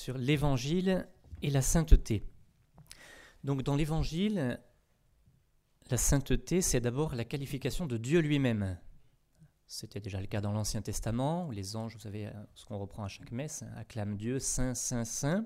sur l'Évangile et la sainteté. Donc dans l'Évangile, la sainteté, c'est d'abord la qualification de Dieu lui-même. C'était déjà le cas dans l'Ancien Testament, où les anges, vous savez, ce qu'on reprend à chaque messe, acclament Dieu, Saint, Saint, Saint.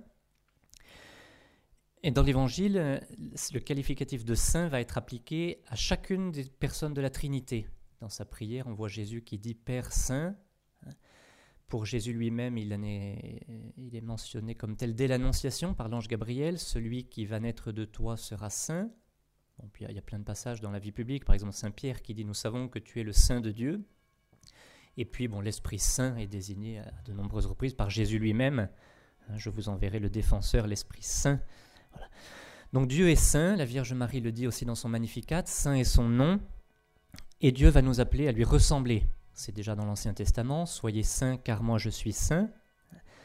Et dans l'Évangile, le qualificatif de saint va être appliqué à chacune des personnes de la Trinité. Dans sa prière, on voit Jésus qui dit « Père Saint ». Pour Jésus lui-même, il est mentionné comme tel dès l'Annonciation par l'ange Gabriel. « Celui qui va naître de toi sera saint ». Bon, puis il y a plein de passages dans la vie publique, par exemple Saint Pierre qui dit « Nous savons que tu es le Saint de Dieu ». Et puis l'Esprit Saint est désigné à de nombreuses reprises par Jésus lui-même. Je vous enverrai le défenseur, l'Esprit Saint. Voilà. Donc Dieu est saint, la Vierge Marie le dit aussi dans son Magnificat, saint est son nom, et Dieu va nous appeler à lui ressembler. C'est déjà dans l'Ancien Testament, soyez saints car moi je suis saint. Pourquoi ?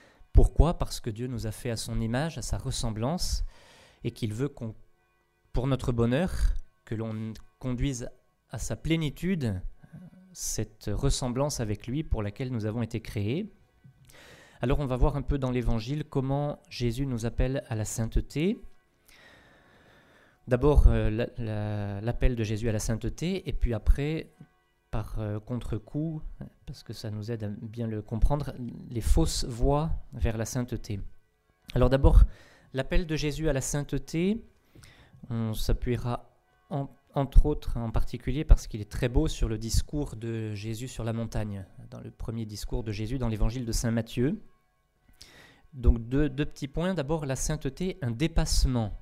Parce que Dieu nous a fait à son image, à sa ressemblance, et qu'il veut pour notre bonheur, que l'on conduise à sa plénitude cette ressemblance avec lui pour laquelle nous avons été créés. Alors on va voir un peu dans l'Évangile comment Jésus nous appelle à la sainteté. D'abord l'appel de Jésus à la sainteté, et puis après, par contre-coup, parce que ça nous aide à bien le comprendre, les fausses voies vers la sainteté. Alors d'abord, l'appel de Jésus à la sainteté, on s'appuiera entre autres, en particulier parce qu'il est très beau sur le discours de Jésus sur la montagne, dans le premier discours de Jésus dans l'Évangile de Saint Matthieu. Donc deux petits points. D'abord, la sainteté, un dépassement.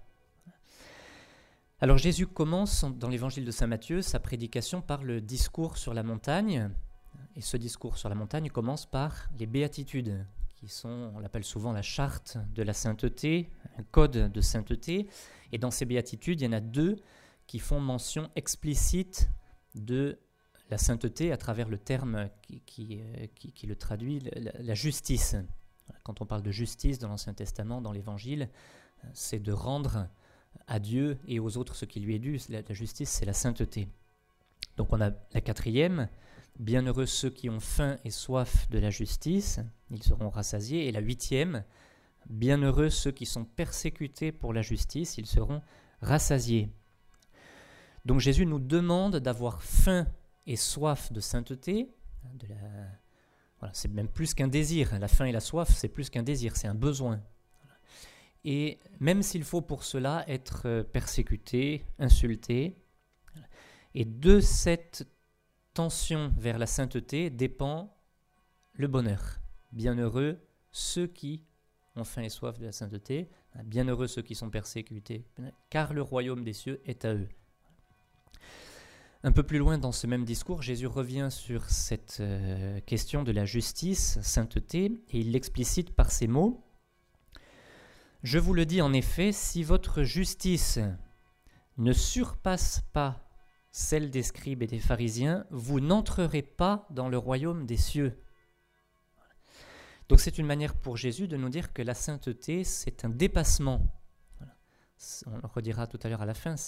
Alors Jésus commence dans l'Évangile de Saint Matthieu sa prédication par le discours sur la montagne. Et ce discours sur la montagne commence par les béatitudes, qui sont, on l'appelle souvent la charte de la sainteté, un code de sainteté. Et dans ces béatitudes, il y en a deux qui font mention explicite de la sainteté à travers le terme qui le traduit, la justice. Quand on parle de justice dans l'Ancien Testament, dans l'Évangile, c'est de rendre à Dieu et aux autres ce qui lui est dû. La justice, c'est la sainteté. Donc on a la quatrième, bienheureux ceux qui ont faim et soif de la justice, ils seront rassasiés. Et la huitième, bienheureux ceux qui sont persécutés pour la justice, ils seront rassasiés. Donc Jésus nous demande d'avoir faim et soif de sainteté. Voilà, c'est même plus qu'un désir. La faim et la soif, c'est plus qu'un désir, c'est un besoin. Et même s'il faut pour cela être persécuté, insulté. Et de cette tension vers la sainteté dépend le bonheur. Bienheureux ceux qui ont faim et soif de la sainteté, bienheureux ceux qui sont persécutés, car le royaume des cieux est à eux. Un peu plus loin dans ce même discours, Jésus revient sur cette question de la justice, sainteté, et il l'explicite par ces mots. « Je vous le dis en effet, si votre justice ne surpasse pas celle des scribes et des pharisiens, vous n'entrerez pas dans le royaume des cieux. » Donc c'est une manière pour Jésus de nous dire que la sainteté, c'est un dépassement. On le redira tout à l'heure à la fin,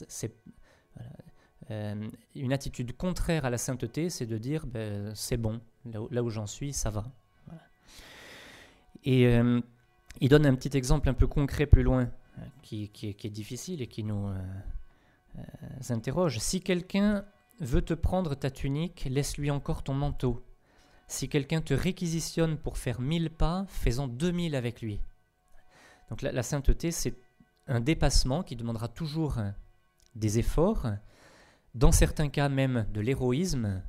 une attitude contraire à la sainteté, c'est de dire c'est bon, là où j'en suis, ça va. Voilà. Et il donne un petit exemple un peu concret plus loin, qui est difficile et qui nous interroge. Si quelqu'un veut te prendre ta tunique, laisse-lui encore ton manteau. Si quelqu'un te réquisitionne pour faire 1000 pas, fais-en 2000 avec lui. Donc la sainteté, c'est un dépassement qui demandera toujours des efforts, dans certains cas même de l'héroïsme,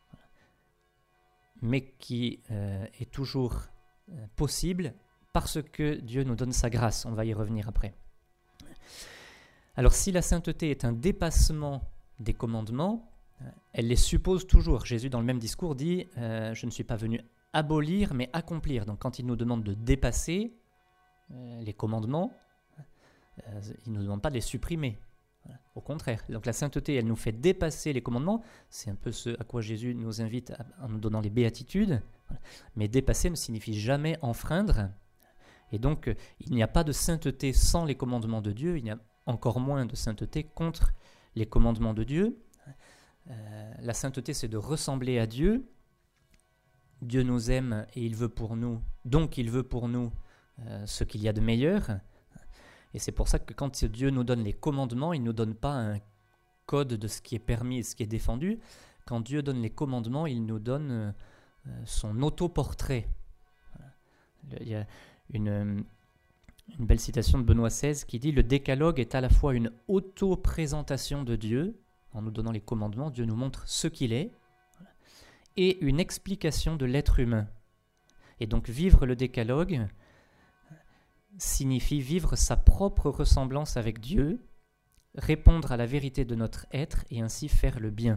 mais qui est toujours possible parce que Dieu nous donne sa grâce. On va y revenir après. Alors si la sainteté est un dépassement des commandements, elle les suppose toujours. Jésus, dans le même discours, dit « Je ne suis pas venu abolir, mais accomplir ». Donc quand il nous demande de dépasser les commandements, il ne nous demande pas de les supprimer. Voilà. Au contraire. Donc la sainteté, elle nous fait dépasser les commandements. C'est un peu ce à quoi Jésus nous invite en nous donnant les béatitudes. Voilà. Mais dépasser ne signifie jamais enfreindre. Et donc, il n'y a pas de sainteté sans les commandements de Dieu. Il n'y a encore moins de sainteté contre les commandements de Dieu. La sainteté, c'est de ressembler à Dieu. Dieu nous aime et il veut pour nous. Donc, il veut pour nous ce qu'il y a de meilleur. Et c'est pour ça que quand Dieu nous donne les commandements, il ne nous donne pas un code de ce qui est permis et ce qui est défendu. Quand Dieu donne les commandements, il nous donne son autoportrait. Il y a une belle citation de Benoît XVI qui dit « Le décalogue est à la fois une auto-présentation de Dieu, en nous donnant les commandements, Dieu nous montre ce qu'il est, et une explication de l'être humain. » Et donc vivre le décalogue signifie vivre sa propre ressemblance avec Dieu, répondre à la vérité de notre être et ainsi faire le bien.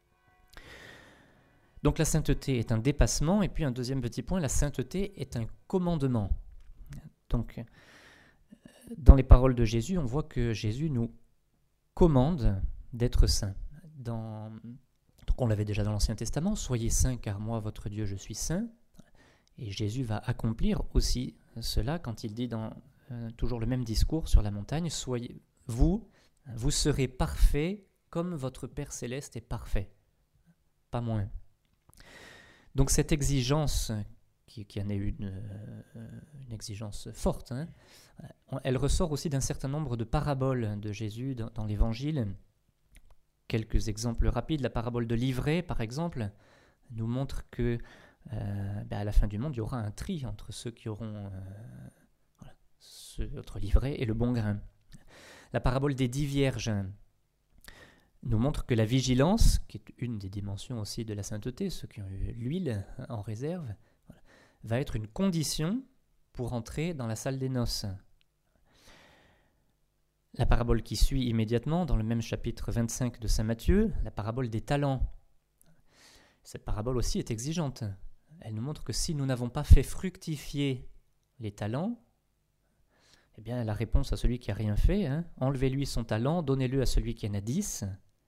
Donc la sainteté est un dépassement, et puis un deuxième petit point, la sainteté est un commandement. Donc dans les paroles de Jésus, on voit que Jésus nous commande d'être saints. Donc on l'avait déjà dans l'Ancien Testament, « Soyez saints car moi, votre Dieu, je suis saint ». Et Jésus va accomplir aussi cela quand il dit dans toujours le même discours sur la montagne, « Soyez vous serez parfaits comme votre Père céleste est parfait. » Pas moins. Donc cette exigence, qui en est une exigence forte, elle ressort aussi d'un certain nombre de paraboles de Jésus dans l'Évangile. Quelques exemples rapides. La parabole de l'ivraie, par exemple, nous montre que à la fin du monde, il y aura un tri entre ceux qui auront entre l'ivraie et le bon grain. La parabole des 10 vierges nous montre que la vigilance, qui est une des dimensions aussi de la sainteté, ceux qui ont eu l'huile en réserve, va être une condition pour entrer dans la salle des noces. La parabole qui suit immédiatement, dans le même chapitre 25 de saint Matthieu, la parabole des talents. Cette parabole aussi est exigeante. Elle nous montre que si nous n'avons pas fait fructifier les talents, eh bien la réponse à celui qui n'a rien fait, enlevez-lui son talent, donnez-le à celui qui en a 10.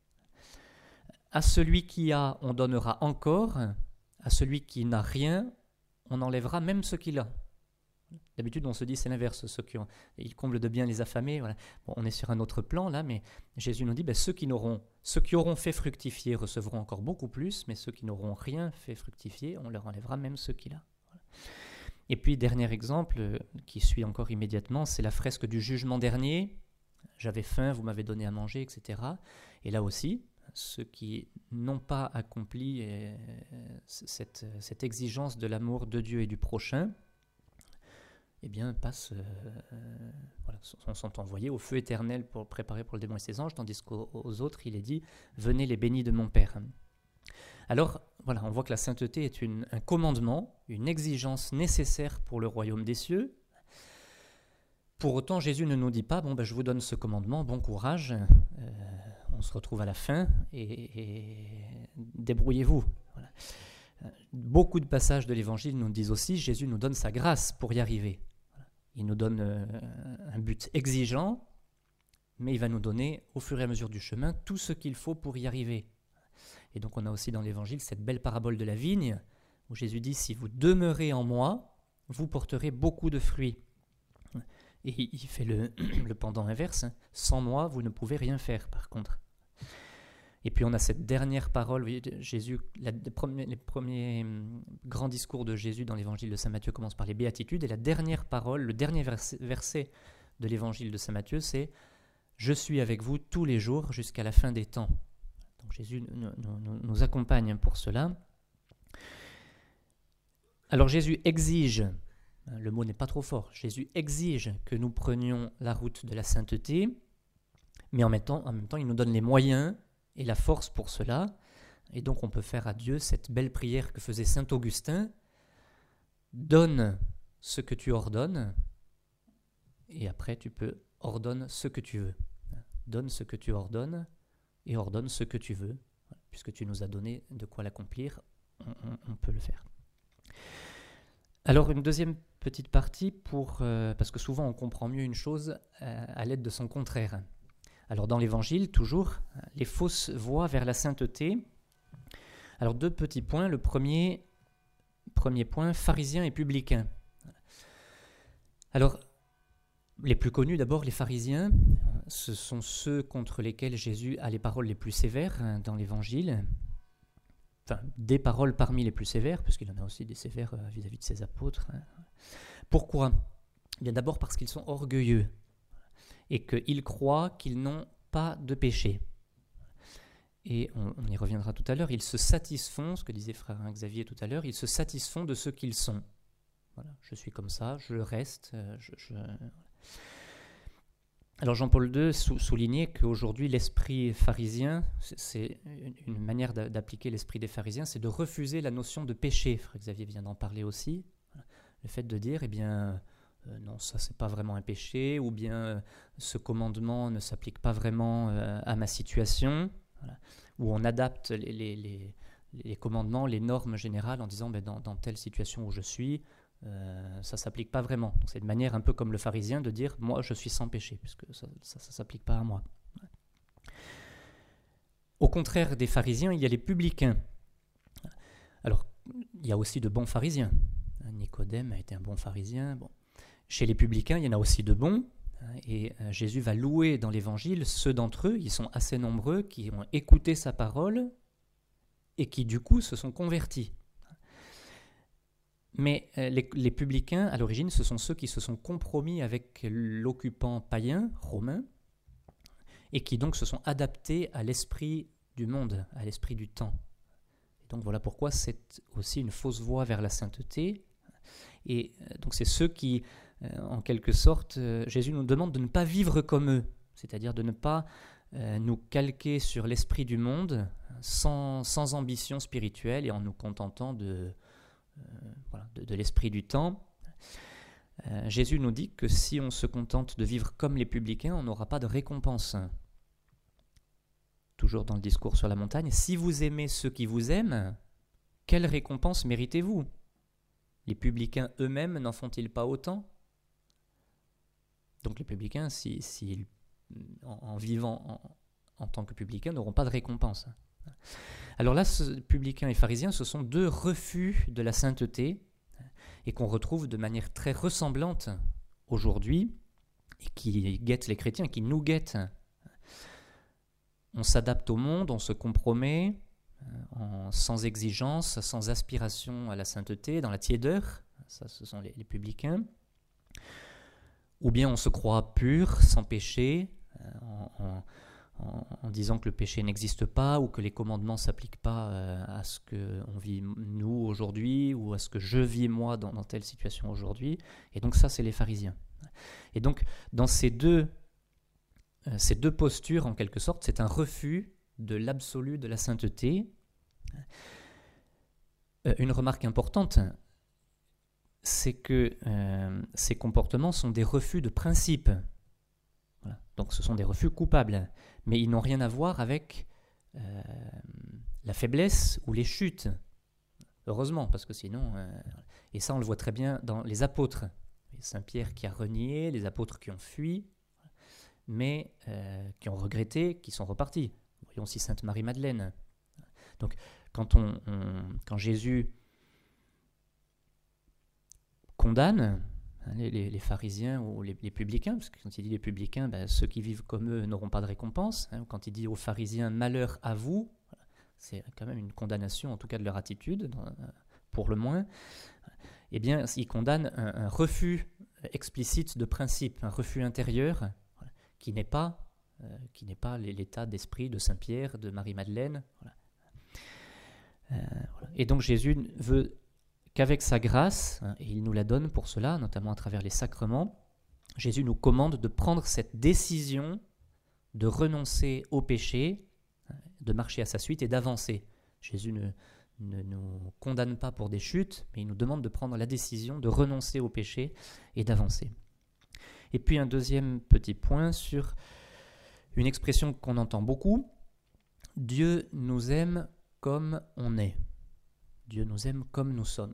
À celui qui a, on donnera encore. À celui qui n'a rien, on enlèvera même ce qu'il a. D'habitude, on se dit c'est l'inverse. Il comble de bien les affamés. Voilà. Bon, on est sur un autre plan là, mais Jésus nous dit ceux qui auront fait fructifier recevront encore beaucoup plus, mais ceux qui n'auront rien fait fructifier, on leur enlèvera même ce qu'il a. Voilà. Et puis, dernier exemple qui suit encore immédiatement, c'est la fresque du jugement dernier. J'avais faim, vous m'avez donné à manger, etc. Et là aussi, ceux qui n'ont pas accompli cette exigence de l'amour de Dieu et du prochain, eh bien, sont envoyés au feu éternel pour préparer pour le démon et ses anges, tandis qu'aux autres, il est dit « Venez les bénis de mon Père ». Alors, voilà, on voit que la sainteté est un commandement, une exigence nécessaire pour le royaume des cieux. Pour autant, Jésus ne nous dit pas « je vous donne ce commandement, bon courage, on se retrouve à la fin et débrouillez-vous ». Voilà. Beaucoup de passages de l'Évangile nous disent aussi Jésus nous donne sa grâce pour y arriver. Il nous donne un but exigeant, mais il va nous donner au fur et à mesure du chemin tout ce qu'il faut pour y arriver. Et donc on a aussi dans l'Évangile cette belle parabole de la vigne, où Jésus dit « Si vous demeurez en moi, vous porterez beaucoup de fruits ». Et il fait le pendant inverse, sans moi, vous ne pouvez rien faire par contre. Et puis on a cette dernière parole, vous voyez, Jésus, les premiers grands discours de Jésus dans l'évangile de saint Matthieu commencent par les béatitudes, et la dernière parole, le dernier verset de l'évangile de saint Matthieu, c'est « Je suis avec vous tous les jours jusqu'à la fin des temps ». Donc Jésus nous accompagne pour cela. Alors Jésus exige, le mot n'est pas trop fort, Jésus exige que nous prenions la route de la sainteté, mais en même temps il nous donne les moyens et la force pour cela, et donc on peut faire à Dieu cette belle prière que faisait saint Augustin, « Donne ce que tu ordonnes », et après tu peux « ordonne ce que tu veux ». Donne ce que tu ordonnes, et ordonne ce que tu veux, puisque tu nous as donné de quoi l'accomplir, on peut le faire. Alors une deuxième petite partie, parce que souvent on comprend mieux une chose à l'aide de son contraire. Alors dans l'Évangile, toujours, les fausses voies vers la sainteté. Alors 2 petits points. Le premier point, pharisiens et publicains. Alors, les plus connus d'abord, les pharisiens, ce sont ceux contre lesquels Jésus a les paroles les plus sévères dans l'Évangile. Enfin, des paroles parmi les plus sévères, puisqu'il en a aussi des sévères vis-à-vis de ses apôtres. Pourquoi ? Bien d'abord parce qu'ils sont orgueilleux et qu'ils croient qu'ils n'ont pas de péché. Et on y reviendra tout à l'heure, ils se satisfont, ce que disait frère Xavier tout à l'heure, ils se satisfont de ce qu'ils sont. Voilà, je suis comme ça, je le reste. Alors Jean-Paul II soulignait qu'aujourd'hui l'esprit pharisien, c'est une manière d'appliquer l'esprit des pharisiens, c'est de refuser la notion de péché. Frère Xavier vient d'en parler aussi. Le fait de dire, eh bien, non, ça c'est pas vraiment un péché, ou bien ce commandement ne s'applique pas vraiment à ma situation, voilà. Où on adapte les commandements, les normes générales en disant, ben, dans telle situation où je suis, ça ne s'applique pas vraiment. Donc c'est une manière un peu comme le pharisien de dire « moi je suis sans péché », puisque ça ne s'applique pas à moi. Au contraire des pharisiens, il y a les publicains. Alors, il y a aussi de bons pharisiens. Nicodème a été un bon pharisien. Bon. Chez les publicains, il y en a aussi de bons. Et Jésus va louer dans l'Évangile ceux d'entre eux, ils sont assez nombreux, qui ont écouté sa parole et qui du coup se sont convertis. Mais les publicains, à l'origine, ce sont ceux qui se sont compromis avec l'occupant païen, romain, et qui donc se sont adaptés à l'esprit du monde, à l'esprit du temps. Et donc voilà pourquoi c'est aussi une fausse voie vers la sainteté. Et donc c'est ceux qui, en quelque sorte, Jésus nous demande de ne pas vivre comme eux, c'est-à-dire de ne pas nous calquer sur l'esprit du monde sans ambition spirituelle et en nous contentant de l'esprit du temps. Jésus nous dit que si on se contente de vivre comme les publicains, on n'aura pas de récompense. Toujours dans le discours sur la montagne, si vous aimez ceux qui vous aiment, quelle récompense méritez-vous? Les publicains eux-mêmes n'en font-ils pas autant? Donc les publicains, en vivant en tant que publicains, n'auront pas de récompense. Alors là, publicains et pharisiens, ce sont deux refus de la sainteté et qu'on retrouve de manière très ressemblante aujourd'hui et qui guettent les chrétiens, qui nous guettent. On s'adapte au monde, on se compromet sans exigence, sans aspiration à la sainteté, dans la tiédeur, ça ce sont les publicains. Ou bien on se croit pur, sans péché, en disant que le péché n'existe pas ou que les commandements ne s'appliquent pas à ce qu'on vit nous aujourd'hui ou à ce que je vis moi dans telle situation aujourd'hui. Et donc ça, c'est les pharisiens. Et donc, dans ces deux postures, en quelque sorte, c'est un refus de l'absolu de la sainteté. Une remarque importante, c'est que ces comportements sont des refus de principe. Voilà. Donc ce sont des refus coupables, mais ils n'ont rien à voir avec la faiblesse ou les chutes. Heureusement, parce que sinon... et ça, on le voit très bien dans les apôtres. Saint Pierre qui a renié, les apôtres qui ont fui, mais qui ont regretté, qui sont repartis. Voyons aussi Sainte Marie-Madeleine. Donc, quand Jésus condamne les pharisiens ou les publicains, parce que quand il dit les publicains, ceux qui vivent comme eux n'auront pas de récompense. Quand il dit aux pharisiens « malheur à vous », c'est quand même une condamnation, en tout cas de leur attitude, pour le moins. Eh bien, il condamne un refus explicite de principe, un refus intérieur qui n'est pas l'état d'esprit de Saint Pierre, de Marie-Madeleine. Voilà. Et donc Jésus veut qu'avec sa grâce, et il nous la donne pour cela, notamment à travers les sacrements, Jésus nous commande de prendre cette décision de renoncer au péché, de marcher à sa suite et d'avancer. Jésus ne nous condamne pas pour des chutes, mais il nous demande de prendre la décision de renoncer au péché et d'avancer. Et puis un deuxième petit point sur une expression qu'on entend beaucoup, Dieu nous aime comme on est. Dieu nous aime comme nous sommes.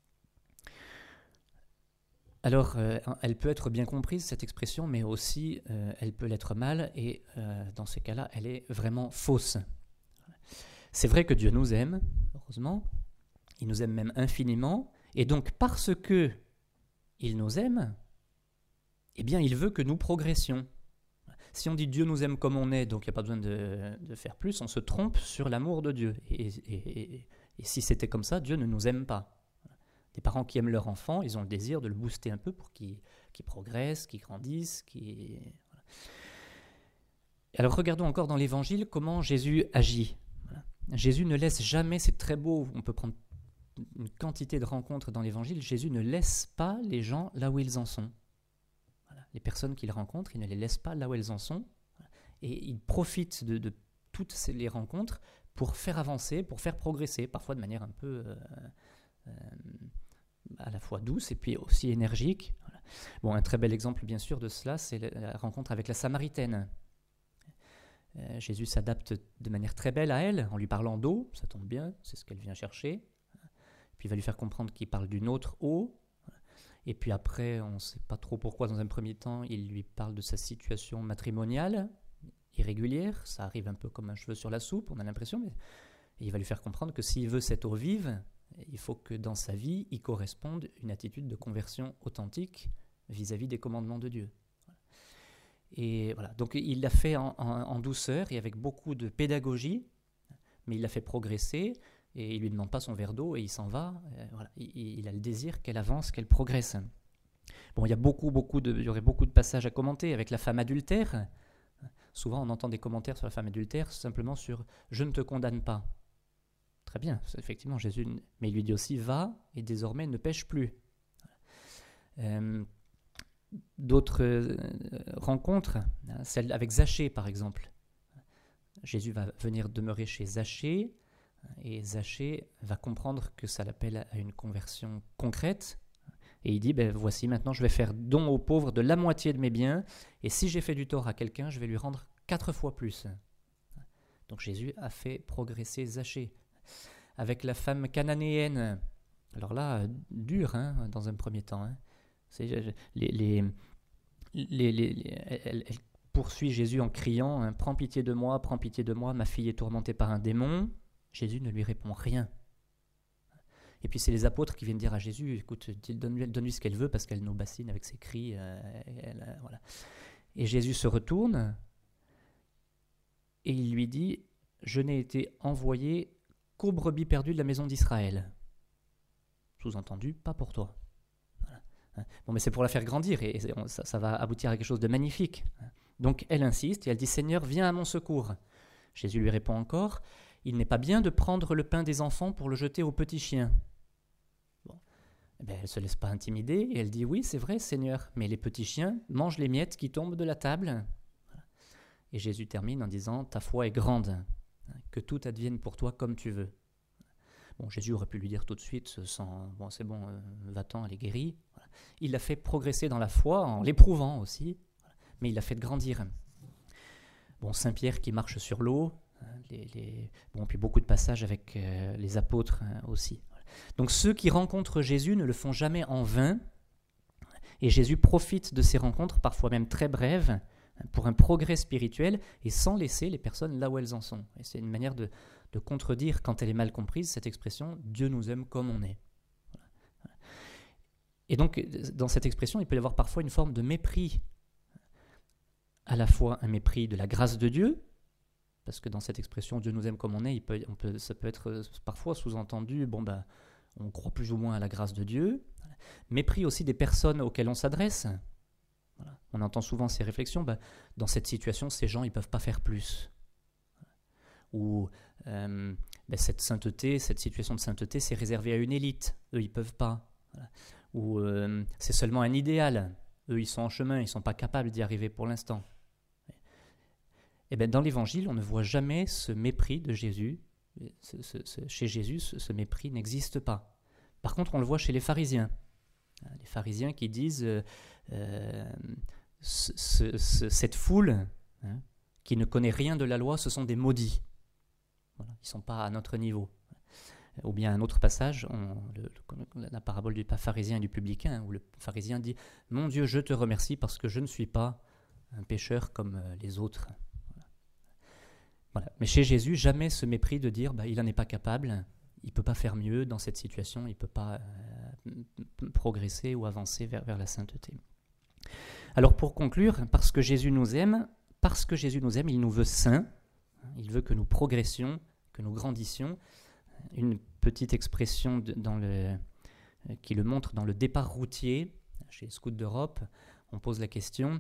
Alors, elle peut être bien comprise, cette expression, mais aussi elle peut l'être mal, et dans ces cas-là, elle est vraiment fausse. C'est vrai que Dieu nous aime, heureusement, il nous aime même infiniment, et donc parce que il nous aime, eh bien il veut que nous progressions. Si on dit Dieu nous aime comme on est, donc il n'y a pas besoin de faire plus, on se trompe sur l'amour de Dieu. Et si c'était comme ça, Dieu ne nous aime pas. Des parents qui aiment leur enfant, ils ont le désir de le booster un peu pour qu'il qui progressent, qui grandissent, Voilà. Alors regardons encore dans l'Évangile comment Jésus agit. Voilà. Jésus ne laisse jamais, c'est très beau, on peut prendre une quantité de rencontres dans l'Évangile, Jésus ne laisse pas les gens là où ils en sont. Voilà. Les personnes qu'il rencontre, il ne les laisse pas là où elles en sont. Voilà. Et il profite de toutes les rencontres pour faire avancer, pour faire progresser, parfois de manière un peu à la fois douce et puis aussi énergique. Voilà. Bon, un très bel exemple bien sûr de cela, c'est la rencontre avec la Samaritaine. Jésus s'adapte de manière très belle à elle, en lui parlant d'eau, ça tombe bien, c'est ce qu'elle vient chercher. Puis il va lui faire comprendre qu'il parle d'une autre eau. Et puis après, on ne sait pas trop pourquoi, dans un premier temps, il lui parle de sa situation matrimoniale, irrégulière. Ça arrive un peu comme un cheveu sur la soupe, on a l'impression. Mais il va lui faire comprendre que s'il veut cette eau vive, il faut que dans sa vie, il corresponde une attitude de conversion authentique vis-à-vis des commandements de Dieu. Et voilà, donc il l'a fait en douceur et avec beaucoup de pédagogie, mais il l'a fait progresser et il ne lui demande pas son verre d'eau et il s'en va. Voilà, il a le désir qu'elle avance, qu'elle progresse. Bon, il y aurait beaucoup de passages à commenter avec la femme adultère. Souvent, on entend des commentaires sur la femme adultère simplement sur « je ne te condamne pas ». Très bien, effectivement, Jésus, mais il lui dit aussi « va et désormais ne pêche plus ». D'autres rencontres, celle avec Zachée par exemple. Jésus va venir demeurer chez Zachée et Zachée va comprendre que ça l'appelle à une conversion concrète et il dit voici maintenant je vais faire don aux pauvres de la moitié de mes biens et si j'ai fait du tort à quelqu'un je vais lui rendre 4 fois plus. Donc Jésus a fait progresser Zachée. Avec la femme cananéenne, alors là dur dans un premier temps, elle poursuit Jésus en criant « Prends pitié de moi, ma fille est tourmentée par un démon ». Jésus ne lui répond rien. Et puis c'est les apôtres qui viennent dire à Jésus « Écoute, donne-lui ce qu'elle veut parce qu'elle nous bassine avec ses cris. » Voilà. Et Jésus se retourne et il lui dit « Je n'ai été envoyé qu'aux brebis perdues de la maison d'Israël. » Sous-entendu, pas pour toi. Bon, mais c'est pour la faire grandir et ça va aboutir à quelque chose de magnifique. Donc elle insiste et elle dit « Seigneur, viens à mon secours ». Jésus lui répond encore « Il n'est pas bien de prendre le pain des enfants pour le jeter aux petits chiens. » Bon. Elle ne se laisse pas intimider et elle dit « Oui, c'est vrai, Seigneur, mais les petits chiens mangent les miettes qui tombent de la table. » Et Jésus termine en disant « Ta foi est grande, que tout advienne pour toi comme tu veux. » Bon, Jésus aurait pu lui dire tout de suite « Bon, c'est bon, va-t'en, elle est guérie. » Il l'a fait progresser dans la foi en l'éprouvant aussi, mais il l'a fait grandir. Bon, Saint Pierre qui marche sur l'eau, puis beaucoup de passages avec les apôtres aussi. Donc ceux qui rencontrent Jésus ne le font jamais en vain, et Jésus profite de ces rencontres, parfois même très brèves, pour un progrès spirituel et sans laisser les personnes là où elles en sont. Et c'est une manière de contredire, quand elle est mal comprise, cette expression « Dieu nous aime comme on est ». Et donc, dans cette expression, il peut y avoir parfois une forme de mépris, à la fois un mépris de la grâce de Dieu, parce que dans cette expression « Dieu nous aime comme on est », ça peut être parfois sous-entendu, on croit plus ou moins à la grâce de Dieu, mépris aussi des personnes auxquelles on s'adresse. Voilà. On entend souvent ces réflexions, dans cette situation, ces gens, ils ne peuvent pas faire plus. Ou cette sainteté, cette situation de sainteté, c'est réservé à une élite, eux, ils ne peuvent pas. Voilà. Ou c'est seulement un idéal, eux, ils sont en chemin, ils ne sont pas capables d'y arriver pour l'instant. Et dans l'Évangile, on ne voit jamais ce mépris de Jésus. Chez Jésus, ce mépris n'existe pas. Par contre, on le voit chez les pharisiens. Les pharisiens qui disent cette foule qui ne connaît rien de la loi, ce sont des maudits. Voilà, ils ne sont pas à notre niveau. Ou bien un autre passage, la parabole du pharisien et du publicain, où le pharisien dit « Mon Dieu, je te remercie parce que je ne suis pas un pécheur comme les autres. » Voilà. Mais chez Jésus, jamais ce mépris de dire il n'en est pas capable, il ne peut pas faire mieux dans cette situation, il ne peut pas progresser ou avancer vers la sainteté. Alors pour conclure, parce que Jésus nous aime, il nous veut saints, il veut que nous progressions, que nous grandissions. Une petite expression qui le montre dans le départ routier. chez les Scouts d'Europe, on pose la question: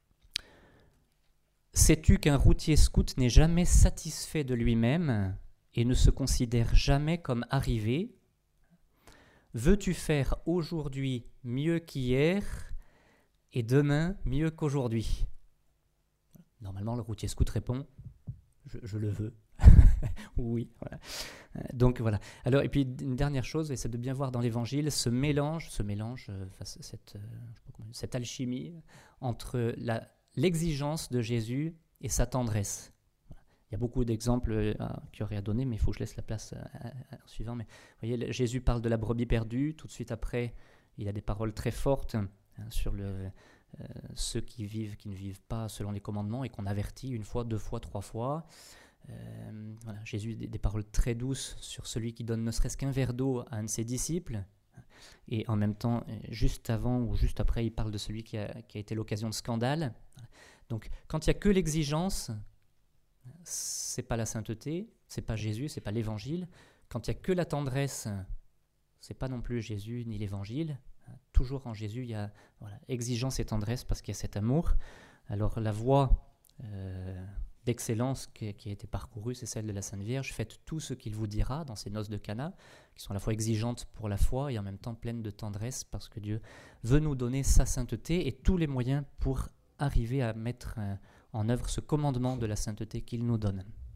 sais-tu qu'un routier scout n'est jamais satisfait de lui-même et ne se considère jamais comme arrivé? Veux-tu faire aujourd'hui mieux qu'hier et demain mieux qu'aujourd'hui? Normalement, le routier scout répond: je le veux. Oui, voilà. Donc voilà. Alors, et puis une dernière chose, c'est de bien voir dans l'Évangile ce mélange, cette alchimie entre l'exigence de Jésus et sa tendresse. Il y a beaucoup d'exemples qui auraient à donner, mais il faut que je laisse la place au suivant. Mais vous voyez, Jésus parle de la brebis perdue. Tout de suite après, il a des paroles très fortes sur ceux qui ne vivent pas selon les commandements et qu'on avertit une fois, deux fois, trois fois. Voilà, Jésus des paroles très douces sur celui qui donne ne serait-ce qu'un verre d'eau à un de ses disciples. Et en même temps, juste avant ou juste après, il parle de celui qui a été l'occasion de scandale. Donc, quand il n'y a que l'exigence, c'est pas la sainteté, c'est pas Jésus, c'est pas l'Évangile. Quand il n'y a que la tendresse, c'est pas non plus Jésus ni l'Évangile. Toujours en Jésus, il y a exigence et tendresse parce qu'il y a cet amour. Alors la voie d'excellence qui a été parcourue, c'est celle de la Sainte Vierge. Faites tout ce qu'il vous dira dans ces noces de Cana, qui sont à la fois exigeantes pour la foi et en même temps pleines de tendresse, parce que Dieu veut nous donner sa sainteté et tous les moyens pour arriver à mettre en œuvre ce commandement de la sainteté qu'il nous donne.